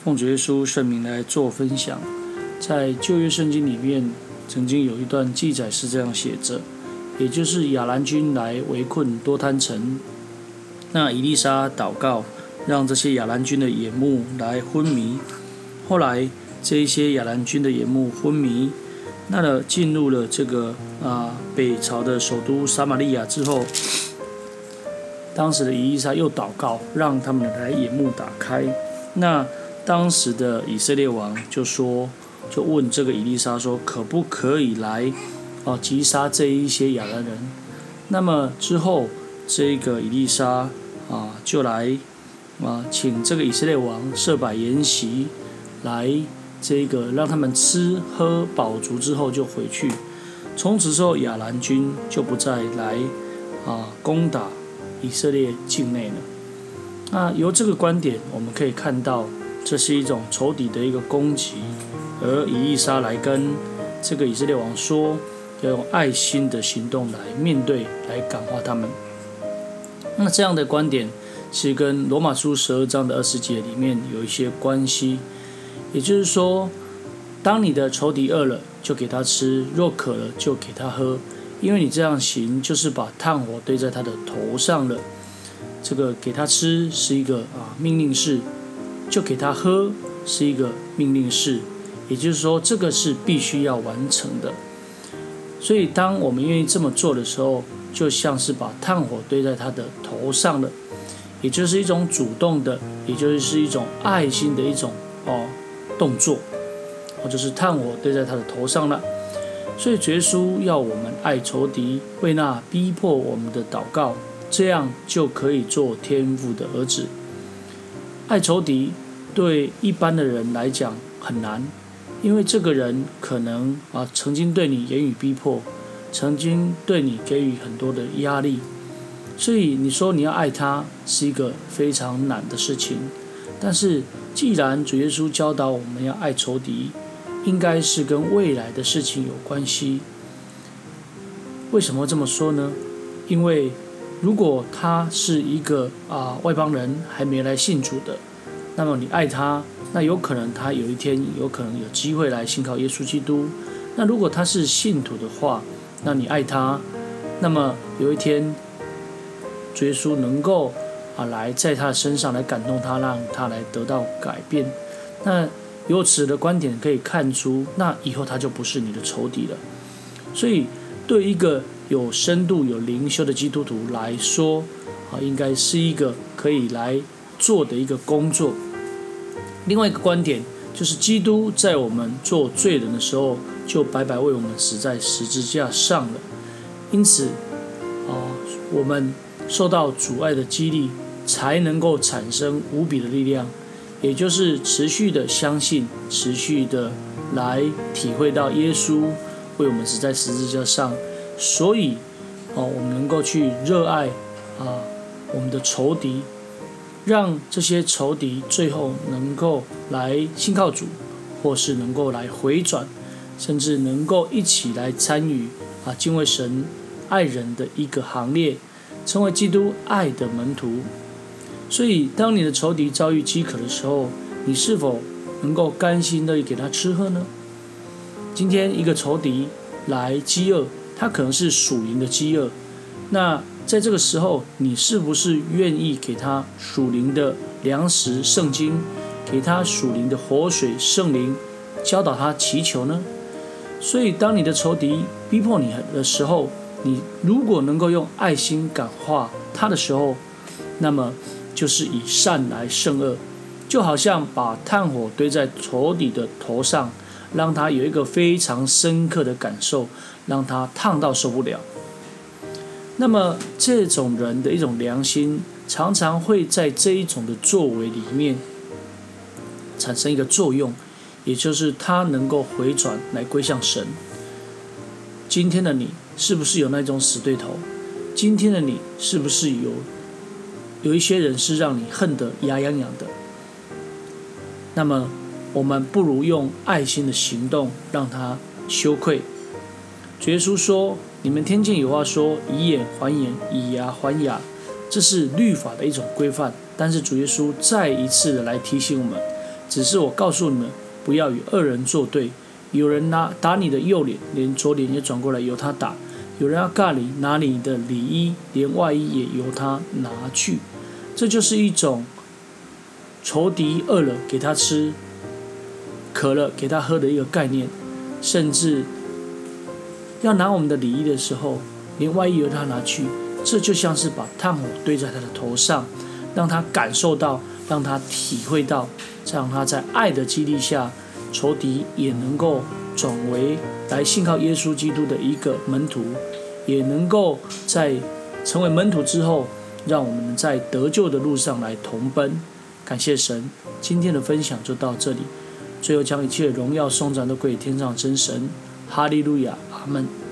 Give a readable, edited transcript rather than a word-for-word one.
奉主耶稣圣名来做分享。在旧约圣经里面，曾经有一段记载是这样写着，也就是亚兰军来围困多坍城，那以利沙祷告，让这些亚兰军的眼目来昏迷。后来这一些亚兰军的眼目昏迷，那进入了这个北朝的首都撒玛利亚之后，当时的以利沙又祷告，让他们来眼目打开。那当时的以色列王就问这个以利沙说，可不可以来击杀这一些亚兰人？那么之后这个以利沙就来请这个以色列王设摆筵席，来这个让他们吃喝饱足之后就回去。从此之后，亚兰军就不再来攻打以色列境内了。那由这个观点，我们可以看到，这是一种仇敌的一个攻击，而以利沙来跟这个以色列王说，要用爱心的行动来面对，来感化他们。那这样的观点其实跟罗马书12章的20节里面有一些关系，也就是说，当你的仇敌饿了，就给他吃；若渴了，就给他喝。因为你这样行，就是把炭火堆在他的头上了。这个给他吃是一个命令式，就给他喝是一个命令式，也就是说，这个是必须要完成的。所以，当我们愿意这么做的时候，就像是把炭火堆在他的头上了，也就是一种主动的，也就是一种爱心的一种动作，就是炭火堆在他的头上了。所以主耶稣要我们爱仇敌，为那逼迫我们的祷告，这样就可以做天父的儿子。爱仇敌对一般的人来讲很难，因为这个人可能曾经对你言语逼迫，曾经对你给予很多的压力，所以你说你要爱他是一个非常难的事情。但是既然主耶稣教导我们要爱仇敌，应该是跟未来的事情有关系。为什么这么说呢？因为如果他是一个外邦人，还没来信主的，那么你爱他，那有可能他有一天有可能有机会来信靠耶稣基督。那如果他是信徒的话，那你爱他，那么有一天主耶稣能够来在他的身上来感动他，让他来得到改变。那由此的观点可以看出，那以后他就不是你的仇敌了。所以对一个有深度有灵修的基督徒来说，应该是一个可以来做的一个工作。另外一个观点就是基督在我们做罪人的时候，就白白为我们死在十字架上了。因此我们受到主爱的激励，才能够产生无比的力量，也就是持续的相信，持续的来体会到耶稣为我们死在十字架上。所以我们能够去热爱我们的仇敌，让这些仇敌最后能够来信靠主，或是能够来回转，甚至能够一起来参与敬畏神爱人的一个行列，成为基督爱的门徒。所以当你的仇敌遭遇饥渴的时候，你是否能够甘心乐意给他吃喝呢？今天一个仇敌来饥饿，他可能是属灵的饥饿，那在这个时候，你是不是愿意给他属灵的粮食圣经，给他属灵的活水圣灵，教导他祈求呢？所以当你的仇敌逼迫你的时候，你如果能够用爱心感化他的时候，那么就是以善来胜恶，就好像把炭火堆在仇敌的头上，让他有一个非常深刻的感受，让他烫到受不了。那么这种人的一种良心，常常会在这一种的作为里面产生一个作用，也就是他能够回转来归向神。今天的你是不是有那种死对头？今天的你是不是有一些人是让你恨得牙痒痒的？那么我们不如用爱心的行动让他羞愧。主耶稣说，你们听见有话说，以眼还眼，以牙还牙，这是律法的一种规范。但是主耶稣再一次的来提醒我们， 只是我告诉你们，不要与恶人作对。有人打你的右脸，连左脸也转过来由他打；有人要尬你，拿你的里衣，连外衣也由他拿去。这就是一种仇敌饿了给他吃，渴了给他喝的一个概念。甚至要拿我们的里衣的时候，连外衣由他拿去，这就像是把炭火堆在他的头上，让他感受到，让他体会到，让他在爱的激励下，仇敌也能够转为来信靠耶稣基督的一个门徒，也能够在成为门徒之后，让我们在得救的路上来同奔。感谢神，今天的分享就到这里。最后将一切荣耀颂赞都归给天上真神，哈利路亚，阿们。